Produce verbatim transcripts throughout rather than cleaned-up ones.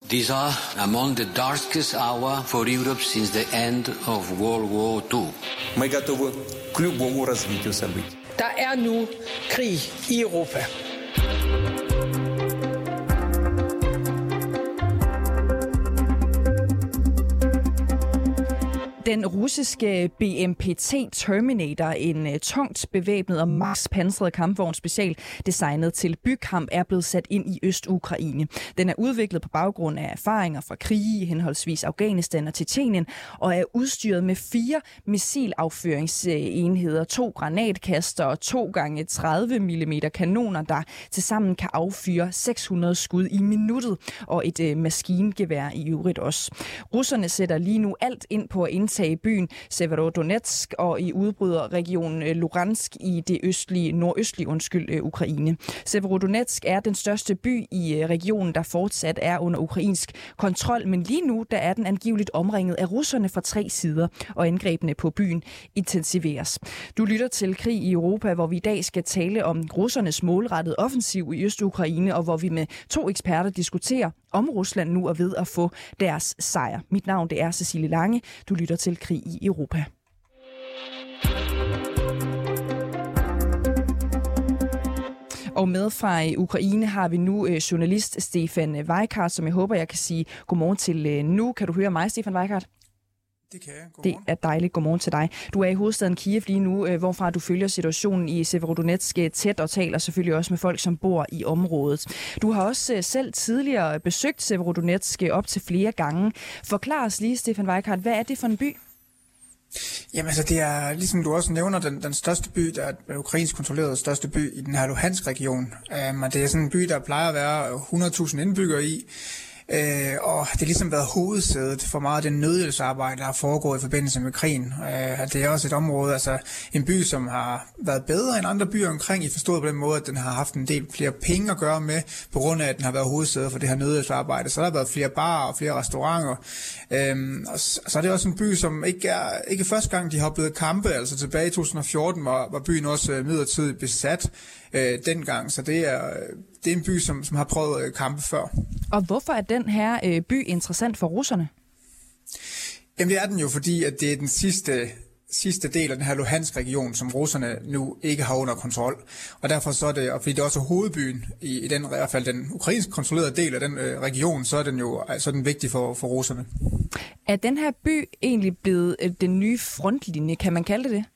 These are among the darkest hours for Europe since the end of World War Two. Мы готовы к любому развитию событий. Der er nu krig i Europa. Den russiske B M P T Terminator, en uh, tungt bevæbnet og makspansret kampvogn special designet til bykamp, er blevet sat ind i Øst-Ukraine. Den er udviklet på baggrund af erfaringer fra krige i henholdsvis Afghanistan og Tjetjenien, og er udstyret med fire missilaffyringsenheder, to granatkaster og to gange tredive millimeter kanoner, der tilsammen kan affyre seks hundrede skud i minuttet, og et uh, maskingevær i øvrigt også. Russerne sætter lige nu alt ind på at indtage i byen Severodonetsk og i udbryderregionen Luhansk i det østlige, nordøstlige undskyld, Ukraine. Severodonetsk er den største by i regionen, der fortsat er under ukrainsk kontrol, men lige nu der er den angiveligt omringet af russerne fra tre sider, og angrebene på byen intensiveres. Du lytter til Krig i Europa, hvor vi i dag skal tale om russernes målrettede offensiv i Øst-Ukraine, og hvor vi med to eksperter diskuterer, om Rusland nu er ved at få deres sejr. Mit navn det er Cecilie Lange. Du lytter til Krig i Europa. Og med fra Ukraine har vi nu journalist Stefan Weikart, som jeg håber, jeg kan sige godmorgen til nu. Kan du høre mig, Stefan Weikart? Det kan jeg. Det er dejligt. Godmorgen til dig. Du er i hovedstaden Kiev lige nu, hvorfra du følger situationen i Severodonetsk tæt og taler selvfølgelig også med folk, som bor i området. Du har også selv tidligere besøgt Severodonetsk op til flere gange. Forklar os lige, Stefan Weikart, hvad er det for en by? Jamen altså, det er, ligesom du også nævner, den, den største by, der er den ukrainsk kontrollerede største by i den her Luhansk-region. Um, og det er sådan en by, der plejer at være hundrede tusind indbyggere i. Øh, og det har ligesom været hovedsædet for meget af det nødhjælpsarbejde, der har foregået i forbindelse med krigen. Øh, det er også et område, altså en by, som har været bedre end andre byer omkring, i forstået på den måde, at den har haft en del flere penge at gøre med, på grund af, at den har været hovedsædet for det her nødhjælpsarbejde. Så der har været flere barer og flere restauranter. Øh, og så, så er det også en by, som ikke er ikke første gang, de har oplevet kampe, altså tilbage i to tusind og fjorten var, var byen også midlertidigt besat øh, dengang. Så det er, det er en by, som, som har prøvet kampe før. Og hvorfor er den her øh, by interessant for russerne? Jamen det er den jo, fordi at det er den sidste, sidste del af den her Luhansk-region, som russerne nu ikke har under kontrol. Og derfor så er det, og fordi det er også hovedbyen i, i den, i hvert fald den ukrainsk kontrollerede del af den øh, region, så er den jo så er den vigtig for, for russerne. Er den her by egentlig blevet øh, den nye frontlinje, kan man kalde det det?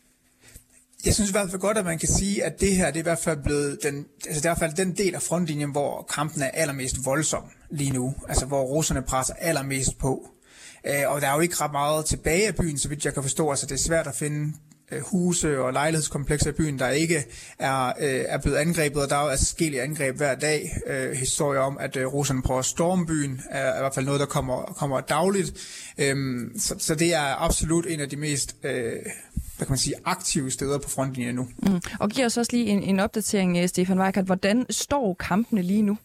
Jeg synes i hvert fald godt, at man kan sige, at det her det er i hvert fald blevet den, altså det er i hvert fald den del af frontlinjen, hvor kampen er allermest voldsom lige nu. Altså hvor russerne presser allermest på. Øh, og der er jo ikke ret meget tilbage af byen, så vidt jeg kan forstå. Altså det er svært at finde øh, huse og lejlighedskomplekser i byen, der ikke er, øh, er blevet angrebet. Og der er jo altså forskellige angreb hver dag. Øh, historier om, at øh, russerne prøver at storme byen, er, er i hvert fald noget, der kommer, kommer dagligt. Øh, så, så det er absolut en af de mest Øh, hvad kan man sige, aktive steder på frontlinjen nu. Mm. Og giver os også lige en, en opdatering, Stefan Weikart. Hvordan står kampene lige nu?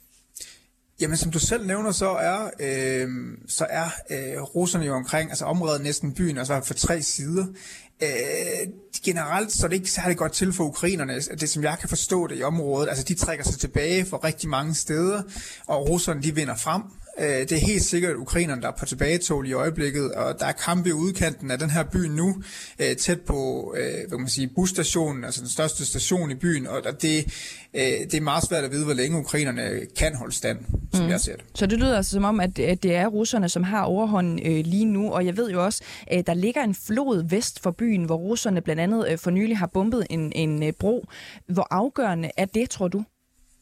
Jamen, som du selv nævner, så er, øh, så er øh, russerne jo omkring, altså området næsten byen, altså i hvert fald for tre sider. Øh, generelt så er det ikke særlig godt til for ukrainerne, det som jeg kan forstå det i området. Altså de trækker sig tilbage fra rigtig mange steder, og russerne de vinder frem. Det er helt sikkert ukrainerne, der er på tilbagetog i øjeblikket, og der er kampe i udkanten af den her by nu, tæt på hvad kan man sige, busstationen, altså den største station i byen, og det, det er meget svært at vide, hvor længe ukrainerne kan holde stand, som mm. jeg ser det. Så det lyder altså som om, at det er russerne, som har overhånden lige nu, og jeg ved jo også, at der ligger en flod vest for byen, hvor russerne blandt andet for nylig har bombet en, en bro. Hvor afgørende er det, tror du?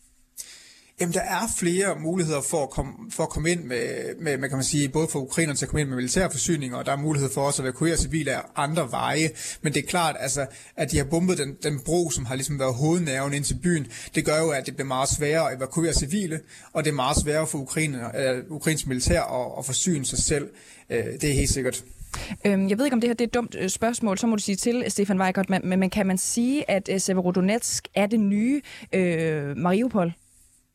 Jamen, der er flere muligheder for at komme, for at komme ind med, med, med, kan man sige, både for ukrainerne til at komme ind med militære forsyninger, og der er mulighed for også at evakuere civile af andre veje. Men det er klart, altså, at de har bombet den, den bro, som har ligesom været hovednerven ind til byen. Det gør jo, at det bliver meget sværere at evakuere civile, og det er meget sværere for ukrainerne, uh, ukrainsk militær at, at forsyne sig selv. Uh, det er helt sikkert. Jeg ved ikke, om det her det er et dumt spørgsmål, så må du sige til, Stefan Weikart, men, men kan man sige, at Severodonetsk er det nye øh, Mariupol?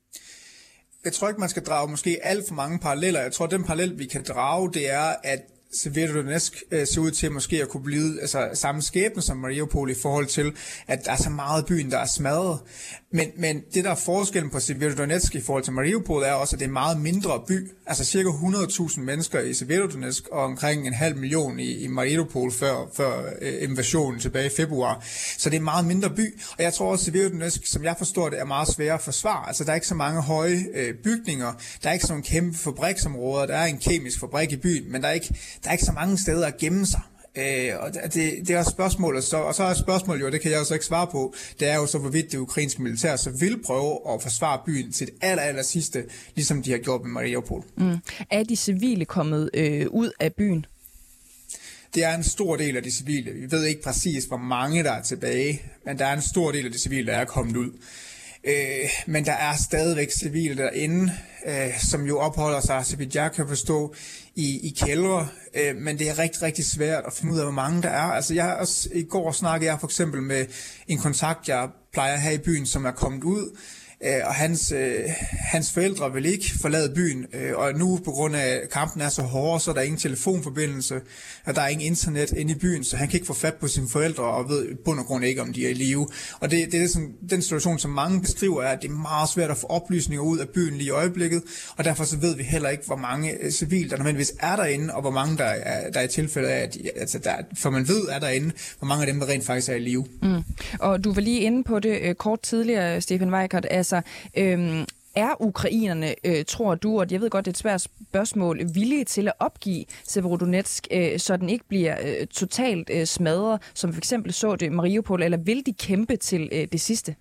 Jeg tror ikke, man skal drage måske alt for mange paralleller. Jeg tror, at den parallel, vi kan drage, det er, at Severodonetsk øh, ser ud til måske at kunne blive altså, samme skæbne som Mariupol i forhold til, at der er så meget byen, der er smadret. Men, men det, der er forskellen på Severodonetsk i forhold til Mariupol, er også, at det er en meget mindre by. Altså cirka hundrede tusind mennesker i Severodonetsk og omkring en halv million i, i Mariupol før, før øh, invasionen tilbage i februar. Så det er en meget mindre by, og jeg tror også, at Severodonetsk, som jeg forstår det, er meget sværere at forsvare. Altså der er ikke så mange høje øh, bygninger, der er ikke sådan nogle kæmpe fabriksområder, der er en kemisk fabrik i byen, men der er ikke, der er ikke så mange steder at gemme sig. Øh, og det, det er også spørgsmålet, så, og så er spørgsmålet jo, det kan jeg jo så ikke svare på, det er jo så, hvorvidt det ukrainske militær så vil prøve at forsvare byen til det aller, aller sidste, ligesom de har gjort med Mariupol. Mm. Er de civile kommet øh, ud af byen? Det er en stor del af de civile. Vi ved ikke præcis, hvor mange der er tilbage, men der er en stor del af de civile, der er kommet ud. Øh, men der er stadigvæk civile derinde, øh, som jo opholder sig, så vidt jeg kan forstå, i, i kældre. Øh, men det er rigtig, rigtig svært at finde ud af, hvor mange der er. Altså jeg også, i går snakkede jeg for eksempel med en kontakt, jeg plejer at have i byen, som er kommet ud. Og hans, øh, hans forældre vil ikke forlade byen, øh, og nu på grund af at kampen er så hård, så er der ingen telefonforbindelse, og der er ingen internet inde i byen, så han kan ikke få fat på sine forældre, og ved i bund og grund ikke, om de er i live. Og det, det er sådan, den situation, som mange beskriver, er, at det er meget svært at få oplysninger ud af byen lige i øjeblikket, og derfor så ved vi heller ikke, hvor mange civile der nødvendigvis er derinde, og hvor mange der er, der er i tilfælde af, at de, altså der, for man ved er derinde, hvor mange af dem, der rent faktisk er i live. Mm. Og du var lige inde på det øh, kort tidligere, Stefan Weikert, altså Øhm, er ukrainerne, øh, tror du, og jeg ved godt, det er et svært spørgsmål, villige til at opgive Severodonetsk, øh, så den ikke bliver øh, totalt øh, smadret, som for eksempel så det Mariupol, eller vil de kæmpe til øh, det sidste?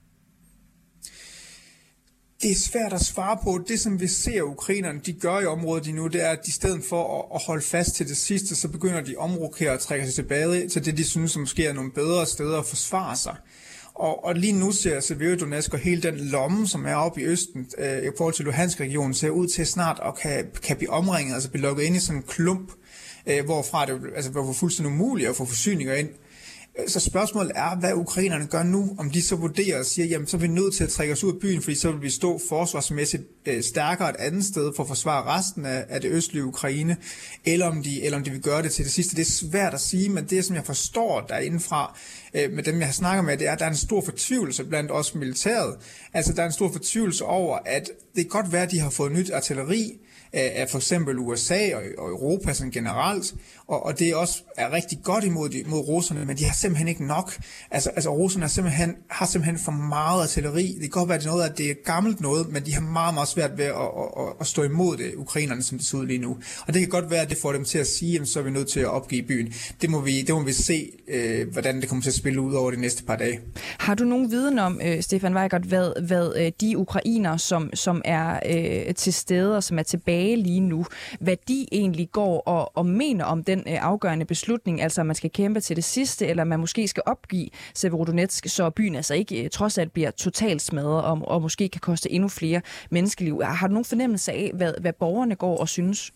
Det er svært at svare på. Det, som vi ser ukrainerne, de gør i området lige nu, det er, at de i stedet for at holde fast til det sidste, så begynder de at omrokere og trække sig tilbage til det, de synes, som måske er nogle bedre steder at forsvare sig. Og, og lige nu ser Severodonetsk og hele den lomme, som er oppe i østen, øh, i forhold til Luhansk-regionen, ser ud til snart at kan, kan blive omringet, altså blive lukket ind i sådan en klump, øh, hvorfra det altså, var fuldstændig umuligt at få forsyninger ind. Så spørgsmålet er, hvad ukrainerne gør nu, om de så vurderer og siger, jamen så er vi nødt til at trække os ud af byen, fordi så vil vi stå forsvarsmæssigt øh, stærkere et andet sted for at forsvare resten af, af det østlige Ukraine, eller om, de, eller om de vil gøre det til det sidste. Det er svært at sige, men det, som jeg forstår derindefra, øh, med dem jeg snakker med, det er, at der er en stor fortvivlelse blandt os militæret. Altså der er en stor fortvivlelse over, at det kan godt være, at de har fået nyt artilleri, af for eksempel U S A og Europa sådan generelt, og, og det også er rigtig godt imod de, mod russerne, men de har simpelthen ikke nok. Altså, altså russerne har simpelthen, har simpelthen for meget artilleri. Det kan godt være, at det er noget, at det er gammelt noget, men de har meget, meget svært ved at, at, at, at stå imod det, ukrainerne, som det ser ud lige nu. Og det kan godt være, at det får dem til at sige, at så er vi nødt til at opgive byen. Det må vi, det må vi se, øh, hvordan det kommer til at spille ud over de næste par dage. Har du nogen viden om, øh, Stefan Weikert, hvad, hvad de ukrainer, som, som er øh, til stede og som er tilbage lige nu, hvad de egentlig går og, og mener om den øh, afgørende beslutning, altså at man skal kæmpe til det sidste, eller man måske skal opgive Severodonetsk, så byen altså ikke øh, trods alt bliver totalt smadret og, og måske kan koste endnu flere menneskeliv. Har du nogen fornemmelse af, hvad, hvad borgerne går og synes?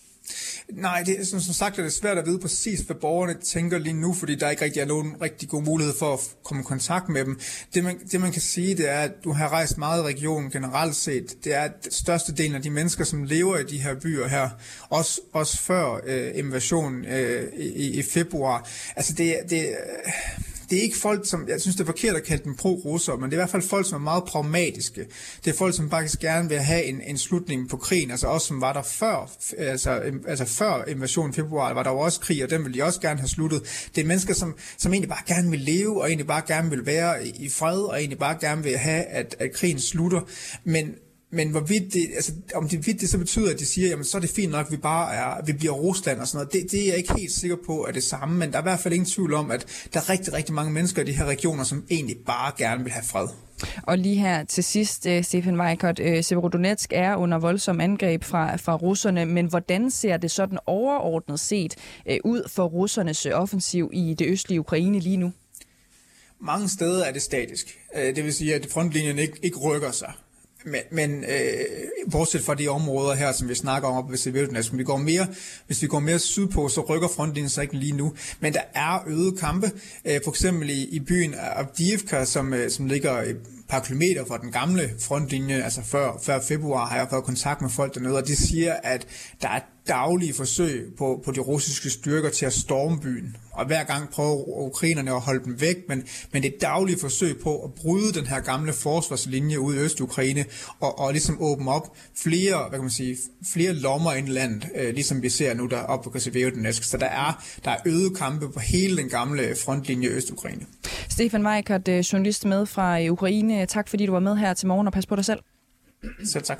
Nej, det er som, som sagt er det svært at vide præcis, hvad borgerne tænker lige nu, fordi der ikke rigtig er nogen rigtig god mulighed for at komme i kontakt med dem. Det man, det man kan sige, det er, at du har rejst meget i regionen generelt set. Det er, at største delen af de mennesker, som lever i de her byer her, også, også før øh, invasionen øh, i, i februar, altså det, det øh, det er ikke folk, som, jeg synes det er forkert at kalde dem pro-russere, men det er i hvert fald folk, som er meget pragmatiske. Det er folk, som faktisk gerne vil have en, en slutning på krigen, altså også som var der før, altså, altså før invasionen i februar, var der jo også krig, og den ville de også gerne have sluttet. Det er mennesker, som, som egentlig bare gerne vil leve, og egentlig bare gerne vil være i fred, og egentlig bare gerne vil have, at, at krigen slutter. Men Men hvorvidt det, altså, om det, det så betyder, at de siger, jamen så er det fint nok, at vi bare er, vi bliver Rusland og sådan noget, det, det er jeg ikke helt sikker på er det samme, men der er i hvert fald ingen tvivl om, at der er rigtig, rigtig mange mennesker i de her regioner, som egentlig bare gerne vil have fred. Og lige her til sidst, Stefan Weikert, Severodonetsk er under voldsom angreb fra, fra russerne, men hvordan ser det sådan overordnet set ud for russernes offensiv i det østlige Ukraine lige nu? Mange steder er det statisk. Det vil sige, at frontlinjen ikke, ikke rykker sig. Men, men øh, bortset fra de områder her, som vi snakker om oppe ved Severodonetsk, hvis vi går mere, hvis vi går mere sydpå, så rykker frontlinjen sig ikke lige nu. Men der er øgede kampe, øh, for eksempel i, i byen Avdiivka, som, øh, som ligger par kilometer fra den gamle frontlinje, altså før, før februar har jeg fået kontakt med folk dernede, og de siger, at der er daglige forsøg på, på de russiske styrker til at storme byen. Og hver gang prøver ukrainerne at holde dem væk, men, men det er daglige forsøg på at bryde den her gamle forsvarslinje ud i Øst-Ukraine og, og ligesom åbne op flere, hvad kan man sige, flere lommer ind i landet, øh, ligesom vi ser nu der op på Severodonetsk. Så der er, der er øget kampe på hele den gamle frontlinje i Øst-Ukraine. Stefan Weikert, journalist med fra Ukraine. Tak fordi du var med her til morgen, og pas på dig selv. Selv tak.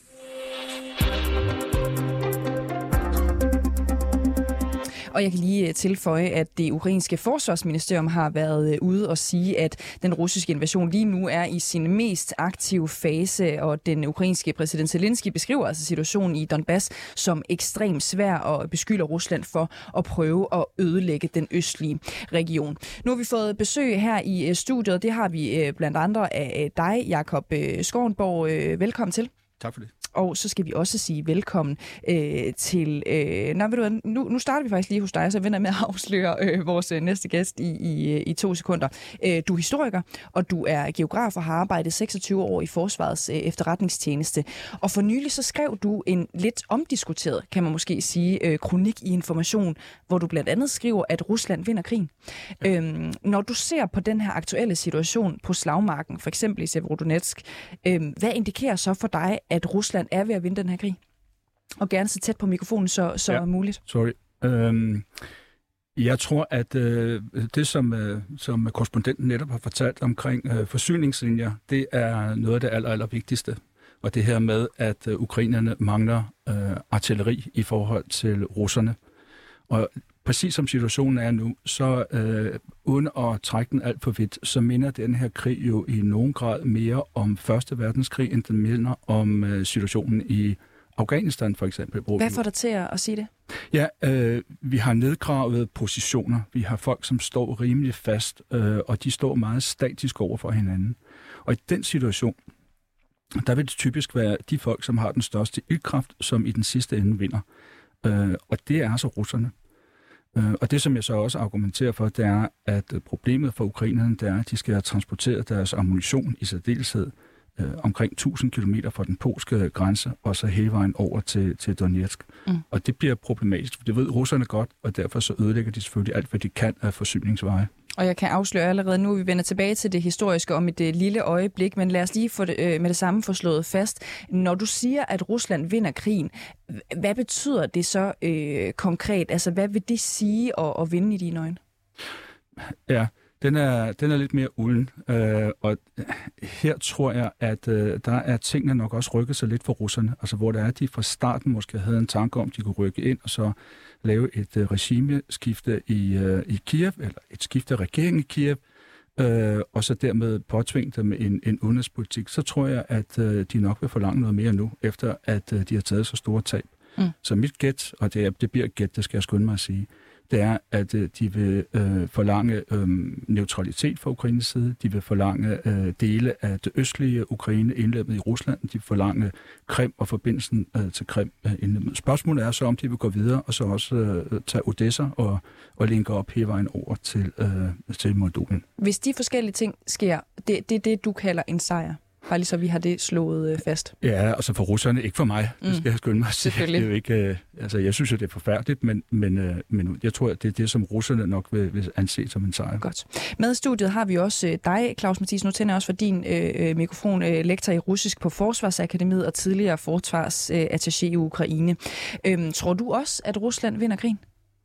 Og jeg kan lige tilføje, at det ukrainske forsvarsministerium har været ude og sige, at den russiske invasion lige nu er i sin mest aktive fase, og den ukrainske præsident Zelensky beskriver altså situationen i Donbass som ekstremt svær og beskylder Rusland for at prøve at ødelægge den østlige region. Nu har vi fået besøg her i studiet, det har vi blandt andre af dig, Jakob Skårenborg. Velkommen til. Tak for det. Og så skal vi også sige velkommen øh, til... Øh, nej, ved du, nu, nu starter vi faktisk lige hos dig, så jeg venter med at afsløre øh, vores næste gæst i, i, i to sekunder. Øh, du er historiker, og du er geograf og har arbejdet seksogtyve år i Forsvarets øh, efterretningstjeneste. Og for nylig så skrev du en lidt omdiskuteret, kan man måske sige, øh, kronik i Information, hvor du blandt andet skriver, at Rusland vinder krigen. Ja. Øhm, når du ser på den her aktuelle situation på slagmarken, for eksempel i Severodonetsk, øh, hvad indikerer så for dig, at Rusland er ved at vinde den her krig? Og gerne så tæt på mikrofonen, så, så ja, muligt. Sorry. Øhm, jeg tror, at øh, det, som, øh, som korrespondenten netop har fortalt omkring øh, forsyningslinjer, det er noget af det aller, aller vigtigste. Og det her med, at øh, ukrainerne mangler øh, artilleri i forhold til russerne. Og præcis som situationen er nu, så øh, uden at trække den alt for vidt, så minder den her krig jo i nogen grad mere om Første Verdenskrig, end den minder om øh, situationen i Afghanistan for eksempel. Hvad får dig til at sige det? Ja, øh, vi har nedgravet positioner. Vi har folk, som står rimelig fast, øh, og de står meget statisk over for hinanden. Og i den situation, der vil det typisk være de folk, som har den største ildkraft, som i den sidste ende vinder. Øh, og det er altså russerne. Og det, som jeg så også argumenterer for, det er, at problemet for ukrainerne, det er, at de skal have transporteret deres ammunition i særdeleshed øh, omkring tusind kilometer fra den polske grænse, og så hele vejen over til, til Donetsk. Mm. Og det bliver problematisk, for det ved russerne godt, og derfor så ødelægger de selvfølgelig alt, hvad de kan af forsyningsveje. Og jeg kan afsløre allerede nu, at vi vender tilbage til det historiske om et lille øjeblik, men lad os lige få det, øh, med det samme få slået fast. Når du siger, at Rusland vinder krigen, hvad betyder det så øh, konkret? Altså, hvad vil det sige at, at vinde i dine øjne? Ja, den er, den er lidt mere ulden, øh, og her tror jeg, at øh, der er tingene nok også rykket sig lidt for russerne, altså hvor der er, at de fra starten måske havde en tanke om, at de kunne rykke ind og så lave et øh, regimeskifte i, øh, i Kiev, eller et skifte af regeringen i Kiev, øh, og så dermed påtvinge dem en, en udenrigspolitik, så tror jeg, at øh, de nok vil forlange noget mere nu, efter at øh, de har taget så store tab. Mm. Så mit gæt, og det, er, det bliver et gæt, det skal jeg skynde mig at sige, det er, at øh, de vil øh, forlange øh, neutralitet fra Ukraines side. De vil forlange øh, dele af det østlige Ukraine indlemmet i Rusland. De vil forlange Krim og forbindelsen øh, til Krim øh, indlemmet. Spørgsmålet er så, om de vil gå videre og så også øh, tage Odessa og, og linke op hele vejen over til, øh, til Moldovien. Hvis de forskellige ting sker, det, det er det, du kalder en sejr? Bare lige så vi har det slået øh, fast. Ja, altså for russerne, ikke for mig. Mm. Det skal jeg skynde mig at sige. Det er jo ikke, øh, altså jeg synes jo, det er forfærdeligt, men, men, øh, men jeg tror, at det er det, som russerne nok vil, vil anse som en sejr. Godt. Med i studiet har vi også øh, dig, Claus Mathiesen. Nu tænder jeg også for din øh, mikrofon, øh, lektor i russisk på Forsvarsakademiet og tidligere forsvarsattaché øh, i Ukraine. Øh, tror du også, at Rusland vinder krigen?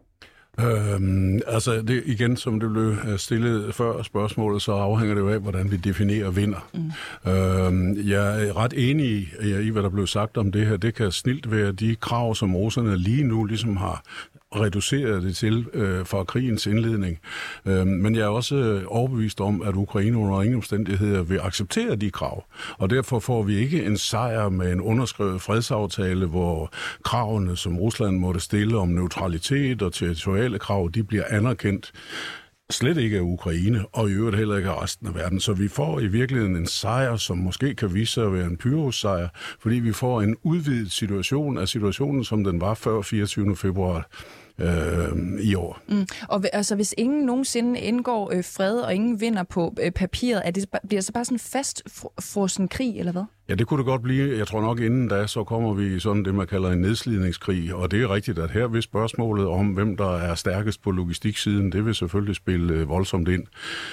Øhm, altså det, igen, som det blev stillet før spørgsmålet, så afhænger det jo af, hvordan vi definerer vinder. Mm. Øhm, jeg er ret enig i, i, hvad der blev sagt om det her. Det kan snilt være de krav, som russerne lige nu ligesom har reduceret det til øh, fra krigens indledning. Øh, men jeg er også overbevist om, at Ukraine under ingen omstændigheder vil acceptere de krav. Og derfor får vi ikke en sejr med en underskrevet fredsaftale, hvor kravene, som Rusland måtte stille om neutralitet og territoriale krav, de bliver anerkendt. slet ikke af Ukraine, og i øvrigt heller ikke af resten af verden. Så vi får i virkeligheden en sejr, som måske kan vise sig at være en Pyrrhus-sejr, fordi vi får en udvidet situation af situationen, som den var før fireogtyvende februar øh, i år. Mm. Og altså, hvis ingen nogensinde indgår øh, fred, og ingen vinder på øh, papiret, er det, bliver det så bare sådan fast frossen krig, eller hvad? Ja, det kunne det godt blive. Jeg tror nok, inden da, så kommer vi i sådan det, man kalder en nedslidningskrig. Og det er rigtigt, at her vil spørgsmålet om, hvem der er stærkest på logistiksiden, det vil selvfølgelig spille voldsomt ind.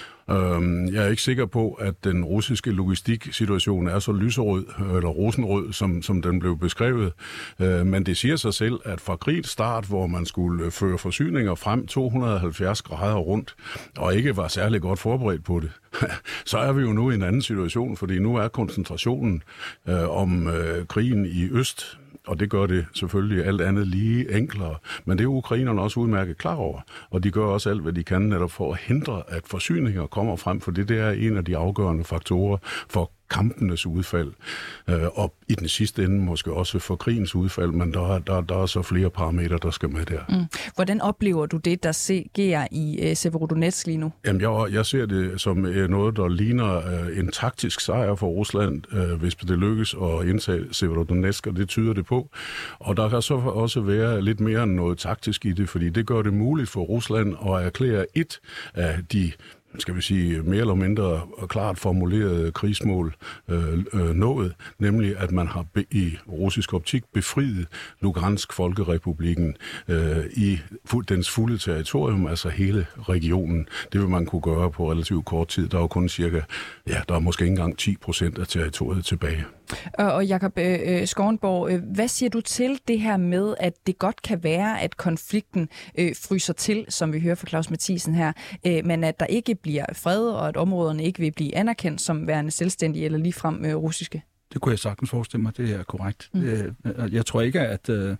Jeg er ikke sikker på, at den russiske logistiksituation er så lyserød eller rosenrød, som, som den blev beskrevet. Men det siger sig selv, at fra krigens start, hvor man skulle føre forsyninger frem to hundrede og halvfjerds grader rundt, og ikke var særlig godt forberedt på det, så er vi jo nu i en anden situation, fordi nu er koncentrationen øh, om øh, krigen i øst, og det gør det selvfølgelig alt andet lige enklere. Men det er ukrainerne også udmærket klar over, og de gør også alt, hvad de kan netop for at hindre, at forsyninger kommer frem, for det, det er en af de afgørende faktorer for kampenes udfald, øh, og i den sidste ende måske også for krigens udfald, men der, der, der er så flere parametre, der skal med der. Mm. Hvordan oplever du det, der sker i uh, Severodonetsk lige nu? Jamen, jeg, jeg ser det som uh, noget, der ligner uh, en taktisk sejr for Rusland, uh, hvis det lykkes at indtage Severodonetsk, og det tyder det på. Og der kan så også være lidt mere end noget taktisk i det, fordi det gør det muligt for Rusland at erklære et af de skal vi sige, mere eller mindre klart formuleret krigsmål øh, øh, nået, nemlig at man har be- i russisk optik befriet Lugansk Folkerepublikken øh, i fu- dens fulde territorium, altså hele regionen. Det vil man kunne gøre på relativt kort tid. Der er jo kun cirka, ja, der er måske ikke engang ti procent af territoriet tilbage. Og Jakob øh, Skovnborg, øh, hvad siger du til det her med, at det godt kan være, at konflikten øh, fryser til, som vi hører fra Claus Mathiesen her, øh, men at der ikke bliver fred, og at områderne ikke vil blive anerkendt som værende selvstændige eller ligefrem øh, russiske? Det kunne jeg sagtens forestille mig, det er korrekt. Mm. Det, jeg tror ikke, at, øh,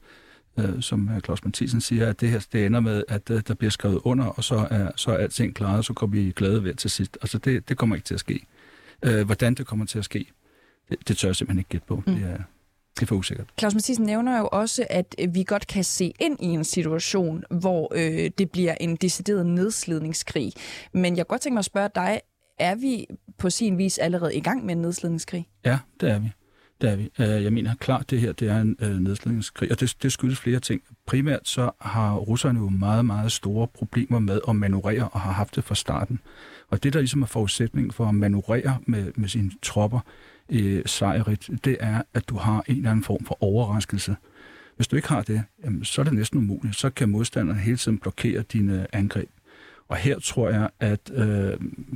som Claus Mathiesen siger, at det her det ender med, at øh, der bliver skrevet under, og så er, så er alting klaret, og så kommer vi glade ved til sidst. Altså det, det kommer ikke til at ske. Øh, hvordan det kommer til at ske, det, det tør jeg simpelthen ikke gætte på. Mm. Det er Det er for usikkert. Claus Mathiesen nævner jo også, at vi godt kan se ind i en situation, hvor øh, det bliver en decideret nedslidningskrig. Men jeg kunne godt tænke mig at spørge dig, er vi på sin vis allerede i gang med en nedslidningskrig? Ja, det er vi. Det er vi. Jeg mener klart, det her det er en øh, nedslidningskrig, og det, det skyldes flere ting. Primært så har russerne jo meget, meget store problemer med at manøvrere, og har haft det fra starten. Og det, der ligesom er forudsætningen for at manøvrere med, med sine tropper øh, sejrigt, det er, at du har en eller anden form for overraskelse. Hvis du ikke har det, jamen, så er det næsten umuligt. Så kan modstanderne hele tiden blokere dine angreb. Og her tror jeg, at øh,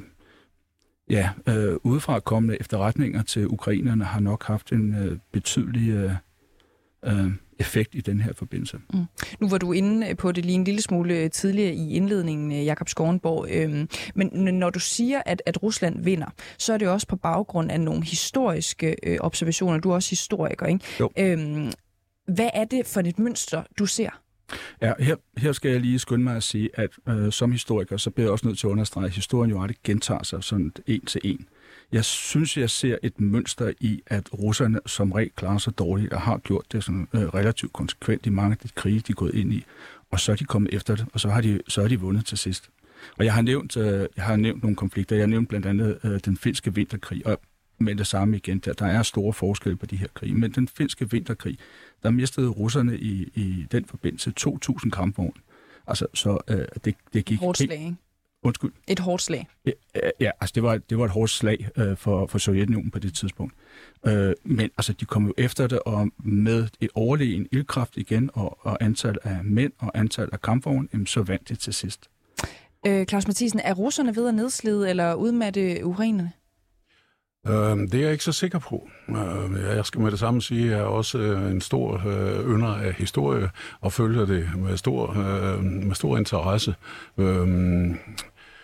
ja, øh, udefra kommende efterretninger til ukrainerne har nok haft en øh, betydelig øh, øh, effekt i den her forbindelse. Mm. Nu var du inde på det lige en lille smule tidligere i indledningen, Jakob Skovnborg. Øhm, men når du siger, at, at Rusland vinder, så er det også på baggrund af nogle historiske øh, observationer. Du er også historiker, ikke? Jo. Øhm, hvad er det for et mønster, du ser? Ja, her, her skal jeg lige skynde mig at sige, at øh, som historiker, så bliver jeg også nødt til at understrege, at historien jo aldrig gentager sig sådan en til en. Jeg synes, jeg ser et mønster i, at russerne som regel klarer sig dårligt og har gjort det sådan, øh, relativt konsekvent i mange af de krige, de er gået ind i. Og så er de kommet efter det, og så har de, så er de vundet til sidst. Og jeg har nævnt, øh, jeg har nævnt nogle konflikter. Jeg har nævnt blandt andet øh, den finske vinterkrig, og med det samme igen, der, der er store forskelle på de her krige. Men den finske vinterkrig, der mistede russerne i, i den forbindelse to tusind kampvogne. Altså, så øh, det, det gik... Hårdt slag, ikke? Undskyld. Et hårdt slag. Ja, ja altså det var, det var et hårdt slag øh, for, for Sovjetunionen på det tidspunkt. Øh, men altså, de kom jo efter det, og med et overlegen ildkraft igen, og, og antal af mænd og antal af kampvogne, jamen, så vandt det til sidst. Øh, Claus Mathiesen, er russerne ved at nedslide eller udmatte ukrainerne? Det er jeg ikke så sikker på. Jeg skal med det samme sige, at jeg er også en stor ynder af historie og følger det med stor, med stor interesse.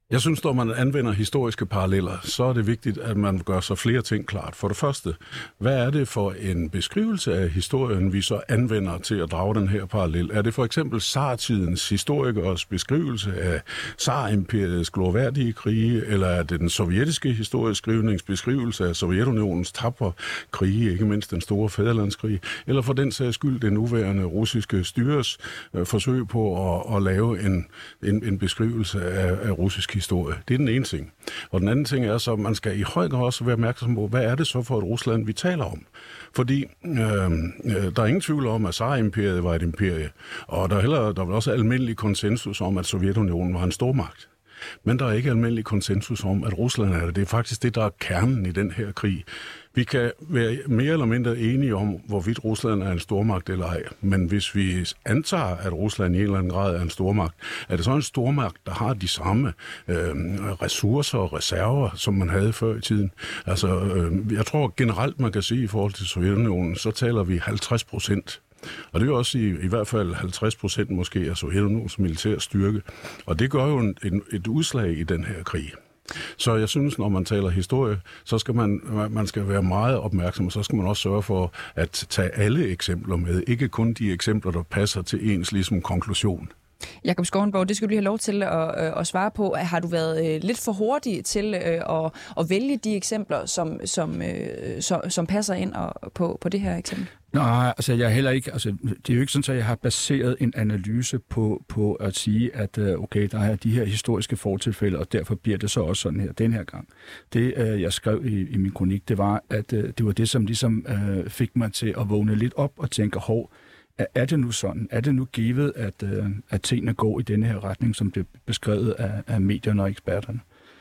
Jeg synes, når man anvender historiske paralleller, så er det vigtigt, at man gør sig flere ting klart. For det første, hvad er det for en beskrivelse af historien, vi så anvender til at drage den her parallel? Er det for eksempel zartidens historikers beskrivelse af zarimperiets glorværdige krige, eller er det den sovjetiske historieskrivnings beskrivelse af Sovjetunionens tapre krige, ikke mindst den store fædrelandskrig, eller for den sags skyld den nuværende russiske styres øh, forsøg på at, at lave en, en, en beskrivelse af, af russisk historie. Det er den ene ting. Og den anden ting er så, at man skal i høj grad også være opmærksom på, hvad er det så for et Rusland, vi taler om? Fordi øh, der er ingen tvivl om, at zarimperiet var et imperie, og der er heller der er også almindelig konsensus om, at Sovjetunionen var en stormagt. Men der er ikke almindelig konsensus om, at Rusland er det. Det er faktisk det, der er kernen i den her krig. Vi kan være mere eller mindre enige om, hvorvidt Rusland er en stormagt eller ej. Men hvis vi antager, at Rusland i en eller anden grad er en stormagt, er det så en stormagt, der har de samme øh, ressourcer og reserver, som man havde før i tiden? Altså, øh, jeg tror generelt, man kan sige i forhold til Sovjetunionen, så taler vi halvtreds procent. Og det er også i, i hvert fald halvtreds procent måske af Sovjetunionens militær styrke. Og det gør jo en, en, et udslag i den her krig. Så jeg synes, når man taler historie, så skal man, man skal være meget opmærksom, og så skal man også sørge for at tage alle eksempler med. Ikke kun de eksempler, der passer til ens ligesom, konklusion. Jakob Skovnborg, det skal du lige have lov til at, at svare på. Har du været lidt for hurtig til at, at vælge de eksempler, som, som, som, som passer ind og, på, på det her eksempel? Nej, altså jeg er heller ikke, altså det er jo ikke sådan, at jeg har baseret en analyse på, på at sige, at okay, der er de her historiske fortilfælde, og derfor bliver det så også sådan her den her gang. Det, jeg skrev i, i min kronik, det var, at det var det, som ligesom uh, fik mig til at vågne lidt op og tænke, hov, er det nu sådan? Er det nu givet, at, uh, at tingene går i denne her retning, som det er beskrevet af, af medierne og eksperterne?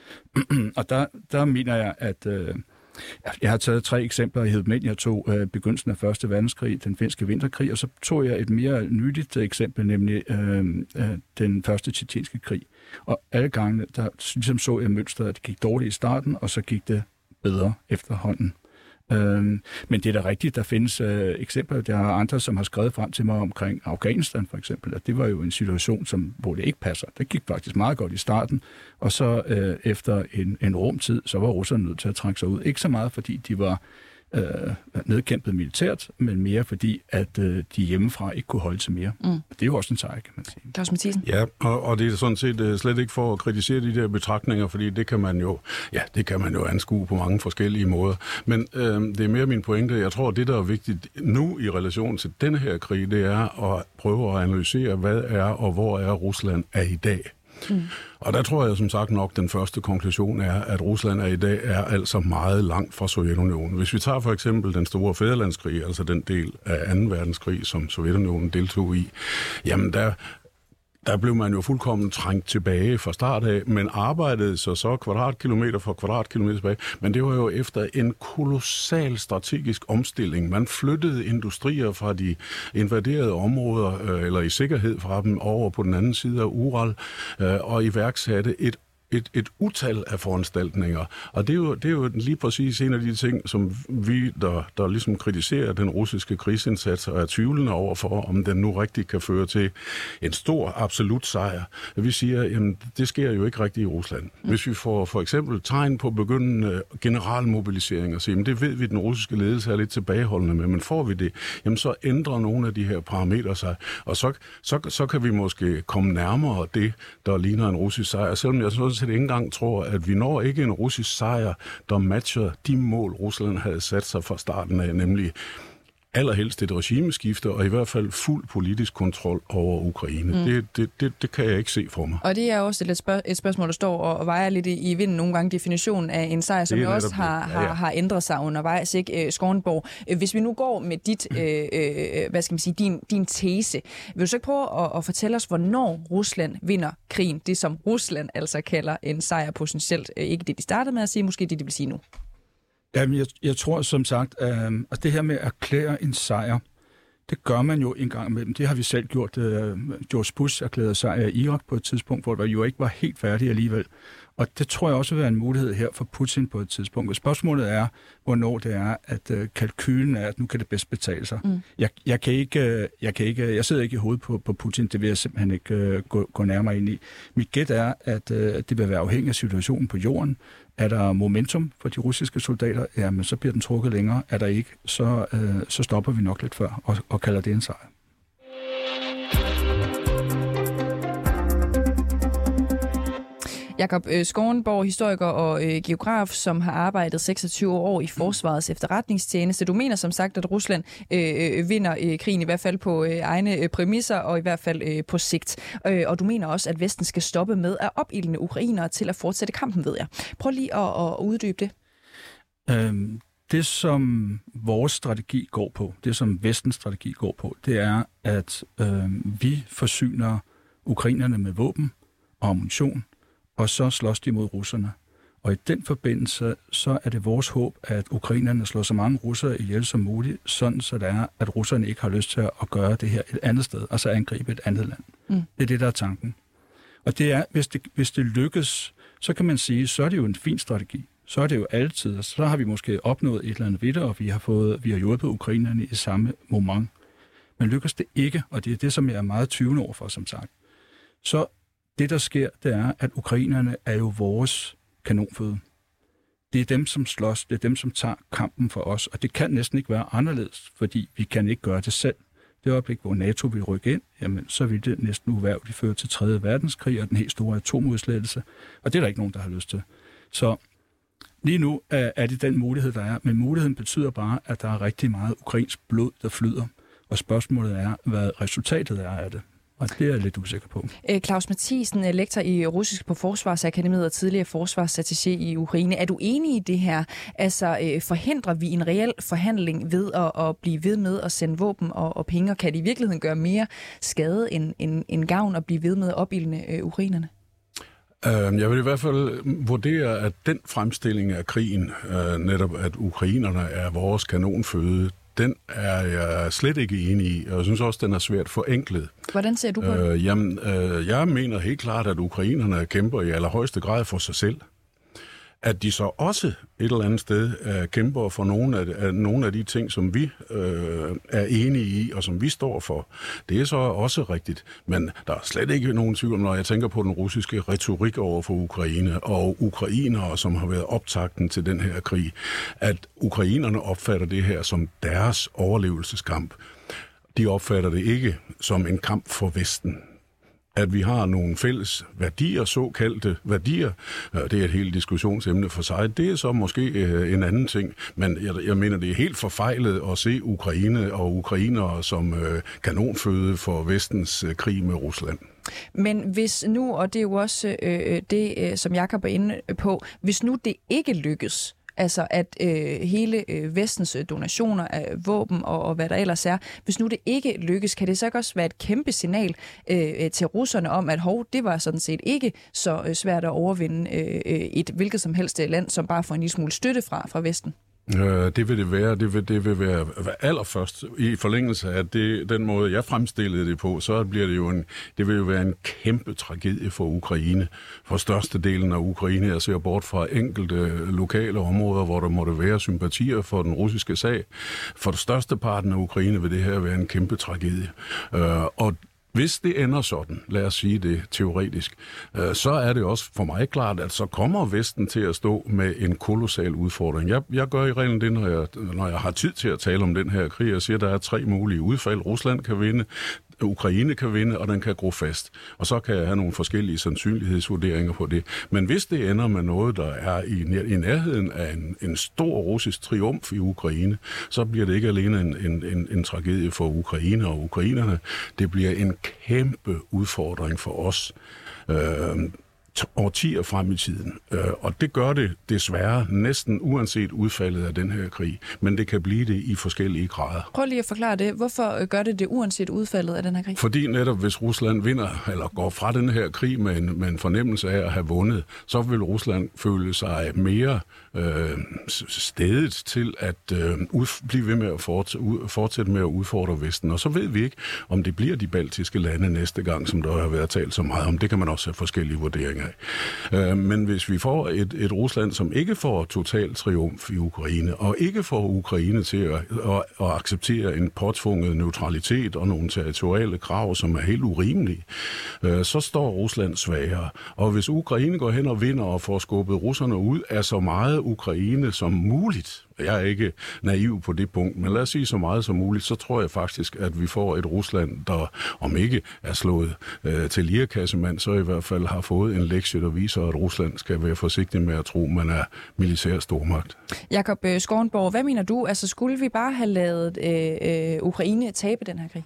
Og der, der mener jeg, at uh, jeg har taget tre eksempler i hedmen. Jeg tog uh, begyndelsen af første verdenskrig, den finske vinterkrig, og så tog jeg et mere nyligt eksempel, nemlig uh, uh, den første tjetjenske krig. Og alle gange, der ligesom så jeg mønstret, at det gik dårligt i starten, og så gik det bedre efterhånden. Øhm, men det er da rigtigt, der findes øh, eksempler, der er andre, som har skrevet frem til mig omkring Afghanistan for eksempel, at det var jo en situation, som, hvor det ikke passer. Det gik faktisk meget godt i starten, og så øh, efter en, en rumtid, så var russerne nødt til at trække sig ud. Ikke så meget, fordi de var øh, nedkæmpet militært, men mere fordi, at øh, de hjemmefra ikke kunne holde til mere. Mm. Det er jo også en sejr, kan man sige. Claus Mathiesen. Ja, og, og det er sådan set uh, slet ikke for at kritisere de der betragtninger, fordi det kan man jo, ja, det kan man jo anskue på mange forskellige måder. Men øh, det er mere min pointe. Jeg tror, at det, der er vigtigt nu i relation til denne her krig, det er at prøve at analysere, hvad er og hvor er Rusland er i dag. Mm. Og der tror jeg som sagt nok, den første konklusion er, at Rusland er i dag er altså meget langt fra Sovjetunionen. Hvis vi tager for eksempel den store fædrelandskrig, altså den del af anden verdenskrig, som Sovjetunionen deltog i, jamen der, der blev man jo fuldkommen trængt tilbage fra start af, men arbejdede så så kvadratkilometer for kvadratkilometer tilbage. Men det var jo efter en kolossal strategisk omstilling. Man flyttede industrier fra de invaderede områder, eller i sikkerhed fra dem, over på den anden side af Ural, og iværksatte et Et, et utal af foranstaltninger. Og det er, jo, det er jo lige præcis en af de ting, som vi, der, der ligesom kritiserer den russiske krigsindsats, og er tvivlende overfor, om den nu rigtig kan føre til en stor absolut sejr. Vi siger, jamen det sker jo ikke rigtigt i Rusland. Hvis vi får for eksempel tegn på begyndende generalmobilisering og siger, jamen det ved vi, den russiske ledelse er lidt tilbageholdende med, men får vi det, jamen så ændrer nogle af de her parametre sig, og så, så, så kan vi måske komme nærmere det, der ligner en russisk sejr. Selvom jeg så ikke engang tror, at vi når ikke en russisk sejr, der matcher de mål, Rusland havde sat sig fra starten af, nemlig allerhelst et regimeskifte, og i hvert fald fuld politisk kontrol over Ukraine. Mm. Det, det, det, det kan jeg ikke se for mig. Og det er også et, spørg- et spørgsmål, der står og, og vejer lidt i, i vinden nogle gange, definitionen af en sejr, som jo også har, ja, ja. har, har ændret sig undervejs, ikke? Skovnborg. Hvis vi nu går med dit, øh, øh, hvad skal man sige, din, din tese, vil du så ikke prøve at, at fortælle os, hvornår Rusland vinder krigen? Det, som Rusland altså kalder en sejr potentielt. Ikke det, de startede med at sige, måske det, de vil sige nu. Jamen, jeg, jeg tror som sagt, øh, at det her med at erklære en sejr, det gør man jo en gang imellem. Det har vi selv gjort. Øh, George Bush erklærede sejr i Irak på et tidspunkt, hvor det jo ikke var helt færdigt alligevel. Og det tror jeg også vil være en mulighed her for Putin på et tidspunkt. Og spørgsmålet er, hvornår det er, at øh, kalkylen er, at nu kan det bedst betale sig. Mm. Jeg, jeg, kan ikke, jeg, kan ikke, jeg sidder ikke i hovedet på, på Putin, det vil jeg simpelthen ikke øh, gå, gå nærmere ind i. Mit gæt er, at øh, det vil være afhængigt af situationen på jorden. Er der momentum for de russiske soldater, jamen så bliver den trukket længere. Er der ikke, så, øh, så stopper vi nok lidt før og, og kalder det en sejr. Jakob Skovnborg, historiker og øh, geograf, som har arbejdet seksogtyve år i Forsvarets efterretningstjeneste. Du mener som sagt, at Rusland øh, vinder øh, krigen i hvert fald på øh, egne øh, præmisser og i hvert fald øh, på sigt. Øh, og du mener også, at Vesten skal stoppe med at opildne ukrainere til at fortsætte kampen, ved jeg. Prøv lige at, at uddybe det. Øhm, det, som vores strategi går på, det som Vestens strategi går på, det er, at øh, vi forsyner ukrainerne med våben og ammunition, og så slås de mod russerne. Og i den forbindelse, så er det vores håb, at ukrainerne slår så mange russere ihjel som muligt, sådan så det er, at russerne ikke har lyst til at gøre det her et andet sted, og så angribe et andet land. Mm. Det er det, der er tanken. Og det er, hvis det, hvis det lykkes, så kan man sige, så er det jo en fin strategi. Så er det jo altid, så har vi måske opnået et eller andet ved det, og vi har, fået, vi har hjulpet ukrainerne i samme moment. Men lykkes det ikke, og det er det, som jeg er meget tvivlende over for, som sagt, så det, der sker, det er, at ukrainerne er jo vores kanonføde. Det er dem, som slås, det er dem, som tager kampen for os, og det kan næsten ikke være anderledes, fordi vi kan ikke gøre det selv. Det øjeblik, hvor NATO vil rykke ind, jamen, så vil det næsten uværligt føre til tredje verdenskrig og den helt store atomudslettelse, og det er der ikke nogen, der har lyst til. Så lige nu er det den mulighed, der er, men muligheden betyder bare, at der er rigtig meget ukrainsk blod, der flyder, og spørgsmålet er, hvad resultatet er af det. Og det er jeg lidt usikker på. Claus Mathisen, lektor i russisk på Forsvarsakademiet og tidligere forsvarsattaché i Ukraine. Er du enig i det her? Altså, forhindrer vi en reel forhandling ved at, at blive ved med at sende våben og, og penge? Kan det i virkeligheden gøre mere skade end, end, end gavn at blive ved med at opildne øh, ukrainerne? Jeg vil i hvert fald vurdere, at den fremstilling af krigen, netop at ukrainerne er vores kanonføde, den er jeg slet ikke enig i, og jeg synes også, den er svært forenklet. Hvordan ser du på det? Øh, jamen, øh, jeg mener helt klart, at ukrainerne kæmper i allerhøjeste grad for sig selv. At de så også et eller andet sted øh, kæmper for nogle af, af, nogle af de ting, som vi øh, er enige i, og som vi står for, det er så også rigtigt. Men der er slet ikke nogen tvivl, når jeg tænker på den russiske retorik over for Ukraine, og ukrainere, som har været optakten til den her krig, at ukrainerne opfatter det her som deres overlevelseskamp. De opfatter det ikke som en kamp for Vesten. At vi har nogle fælles værdier, såkaldte værdier, det er et helt diskussionsemne for sig, det er så måske en anden ting, men jeg, jeg mener, det er helt forfejlet at se Ukraine og ukrainere som kanonføde for Vestens krig med Rusland. Men hvis nu, og det er jo også øh, det, øh, som Jakob er inde på, hvis nu det ikke lykkes, altså at øh, hele øh, Vestens donationer af våben og, og hvad der ellers er, hvis nu det ikke lykkes, kan det så også være et kæmpe signal øh, til russerne om, at hov, det var sådan set ikke så øh, svært at overvinde øh, et hvilket som helst land, som bare får en lille smule støtte fra, fra Vesten? Øh, det vil det være. Det vil, det vil være allerførst i forlængelse af det, den måde, jeg fremstillede det på, så bliver det jo en, det vil jo være en kæmpe tragedie for Ukraine. For størstedelen af Ukraine, jeg ser bort fra enkelte lokale områder, hvor der måtte være sympatier for den russiske sag. For det største parten af Ukraine vil det her være en kæmpe tragedie. Øh, og Hvis det ender sådan, lad os sige det teoretisk, øh, så er det også for mig klart, at så kommer Vesten til at stå med en kolossal udfordring. Jeg, jeg gør i reglen det, når jeg, når jeg har tid til at tale om den her krig. Jeg siger, at der er tre mulige udfald. Rusland kan vinde, Ukraine kan vinde, og den kan gro fast. Og så kan jeg have nogle forskellige sandsynlighedsvurderinger på det. Men hvis det ender med noget, der er i, i nærheden af en, en stor russisk triumf i Ukraine, så bliver det ikke alene en, en, en, en tragedie for Ukraine og ukrainerne. Det bliver en kæmpe udfordring for os. Øh, årtier frem i tiden. Og det gør det desværre næsten uanset udfaldet af den her krig. Men det kan blive det i forskellige grader. Prøv lige at forklare det. Hvorfor gør det det uanset udfaldet af den her krig? Fordi netop hvis Rusland vinder, eller går fra den her krig med en, med en fornemmelse af at have vundet, så vil Rusland føle sig mere øh, stedet til at øh, ud, blive ved med at fortsætte, ud, fortsætte med at udfordre Vesten. Og så ved vi ikke, om det bliver de baltiske lande næste gang, som der har været talt så meget om. Det kan man også have forskellige vurderinger. af. Men hvis vi får et, et Rusland, som ikke får total triumf i Ukraine, og ikke får Ukraine til at, at, at acceptere en påtvunget neutralitet og nogle territoriale krav, som er helt urimelige, så står Rusland svagere. Og hvis Ukraine går hen og vinder og får skubbet russerne ud af så meget Ukraine som muligt, jeg er ikke naiv på det punkt, men lad os sige så meget som muligt, så tror jeg faktisk, at vi får et Rusland, der om ikke er slået øh, til lirakassemand, så i hvert fald har fået en lektie, der viser, at Rusland skal være forsigtig med at tro, man er militær stormagt. Jakob Skovnborg, hvad mener du? Altså, skulle vi bare have lavet øh, øh, Ukraine tabe den her krig?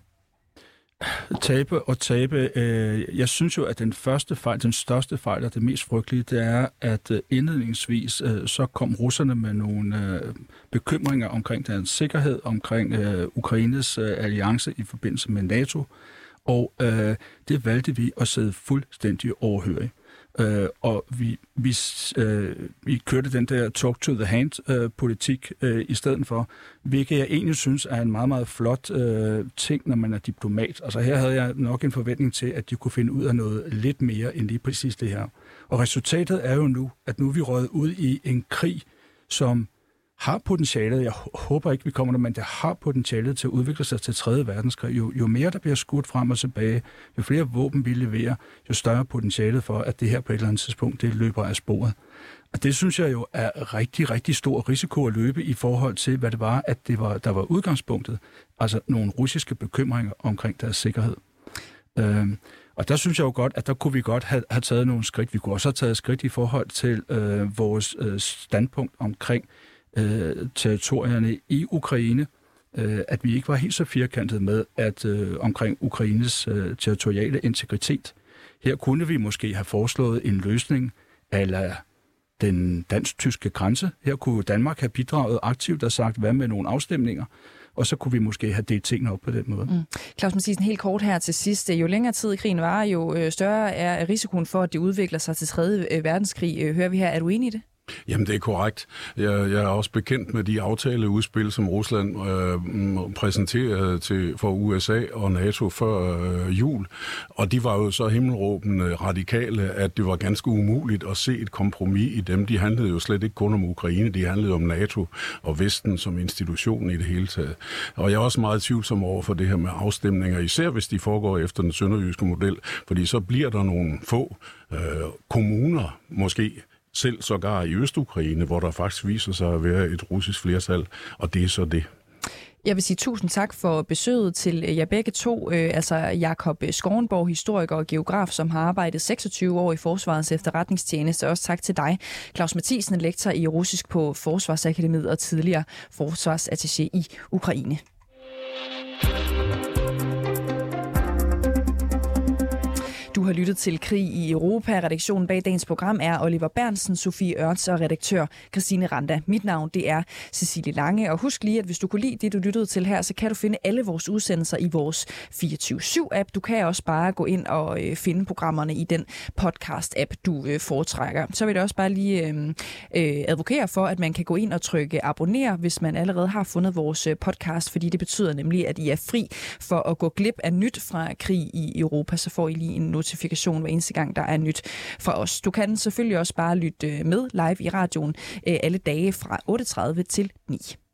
Tabe og tabe. Jeg synes jo, at den første fejl, den største fejl og det mest frygtelige, det er, at indledningsvis så kom russerne med nogle bekymringer omkring deres sikkerhed, omkring Ukraines alliance i forbindelse med NATO, og det valgte vi at sidde fuldstændig overhørige. Uh, og vi, vi, uh, vi kørte den der talk to the hand-politik uh, uh, i stedet for, hvilket jeg egentlig synes er en meget, meget flot uh, ting, når man er diplomat. Altså her havde jeg nok en forventning til, at de kunne finde ud af noget lidt mere end lige præcis det her. Og resultatet er jo nu, at nu er vi røget ud i en krig, som har potentialet, jeg håber ikke, vi kommer der, men det har potentialet til at udvikle sig til tredje verdenskrig. Jo, jo mere der bliver skudt frem og tilbage, jo flere våben vi leverer, jo større potentialet for, at det her på et eller andet tidspunkt, det løber af sporet. Og det synes jeg jo er rigtig, rigtig stor risiko at løbe i forhold til, hvad det var, at det var, der var udgangspunktet. Altså nogle russiske bekymringer omkring deres sikkerhed. Øhm, og der synes jeg jo godt, at der kunne vi godt have, have taget nogle skridt. Vi kunne også have taget skridt i forhold til øh, vores øh, standpunkt omkring Øh, territorierne i Ukraine, øh, at vi ikke var helt så firkantet med, at øh, omkring Ukraines øh, territoriale integritet. Her kunne vi måske have foreslået en løsning ala den dansk-tyske grænse. Her kunne Danmark have bidraget aktivt og sagt, hvad med nogle afstemninger, og så kunne vi måske have delt tingene op på den måde. Mm. Claus Mathiesen, helt kort her til sidst. Jo længere tid i krigen var, jo større er risikoen for, at det udvikler sig til tredje verdenskrig. Hører vi her, er du enig i det? Jamen, det er korrekt. Jeg, jeg er også bekendt med de aftaleudspil, som Rusland øh, præsenterede til, for U S A og NATO før øh, jul. Og de var jo så himmelråbende radikale, at det var ganske umuligt at se et kompromis i dem. De handlede jo slet ikke kun om Ukraine, de handlede om NATO og Vesten som institution i det hele taget. Og jeg er også meget tvivlsom over for det her med afstemninger, især hvis de foregår efter den sønderjyske model, fordi så bliver der nogle få øh, kommuner, måske selv sågar i Øst-Ukraine, hvor der faktisk viser sig at være et russisk flertal, og det er så det. Jeg vil sige tusind tak for besøget til jer begge to, øh, altså Jakob Skovnborg, historiker og geograf, som har arbejdet seksogtyve år i Forsvarets Efterretningstjeneste. Også tak til dig, Claus Mathiesen, lektor i russisk på Forsvarsakademiet og tidligere forsvarsattaché i Ukraine. Du har lyttet til Krig i Europa. Redaktionen bag dagens program er Oliver Bernsen, Sofie Ørts og redaktør Christine Randa. Mit navn det er Cecilie Lange, og husk lige, at hvis du kunne lide det, du lyttede til her, så kan du finde alle vores udsendelser i vores fireogtyve syv app. Du kan også bare gå ind og øh, finde programmerne i den podcast-app, du øh, foretrækker. Så vil jeg også bare lige øh, øh, advokere for, at man kan gå ind og trykke abonner, hvis man allerede har fundet vores podcast, fordi det betyder nemlig, at I er fri for at gå glip af nyt fra Krig i Europa. Så får I lige en notifikation hver eneste gang, der er nyt fra os. Du kan selvfølgelig også bare lytte med live i radioen alle dage fra otte tredive til ni.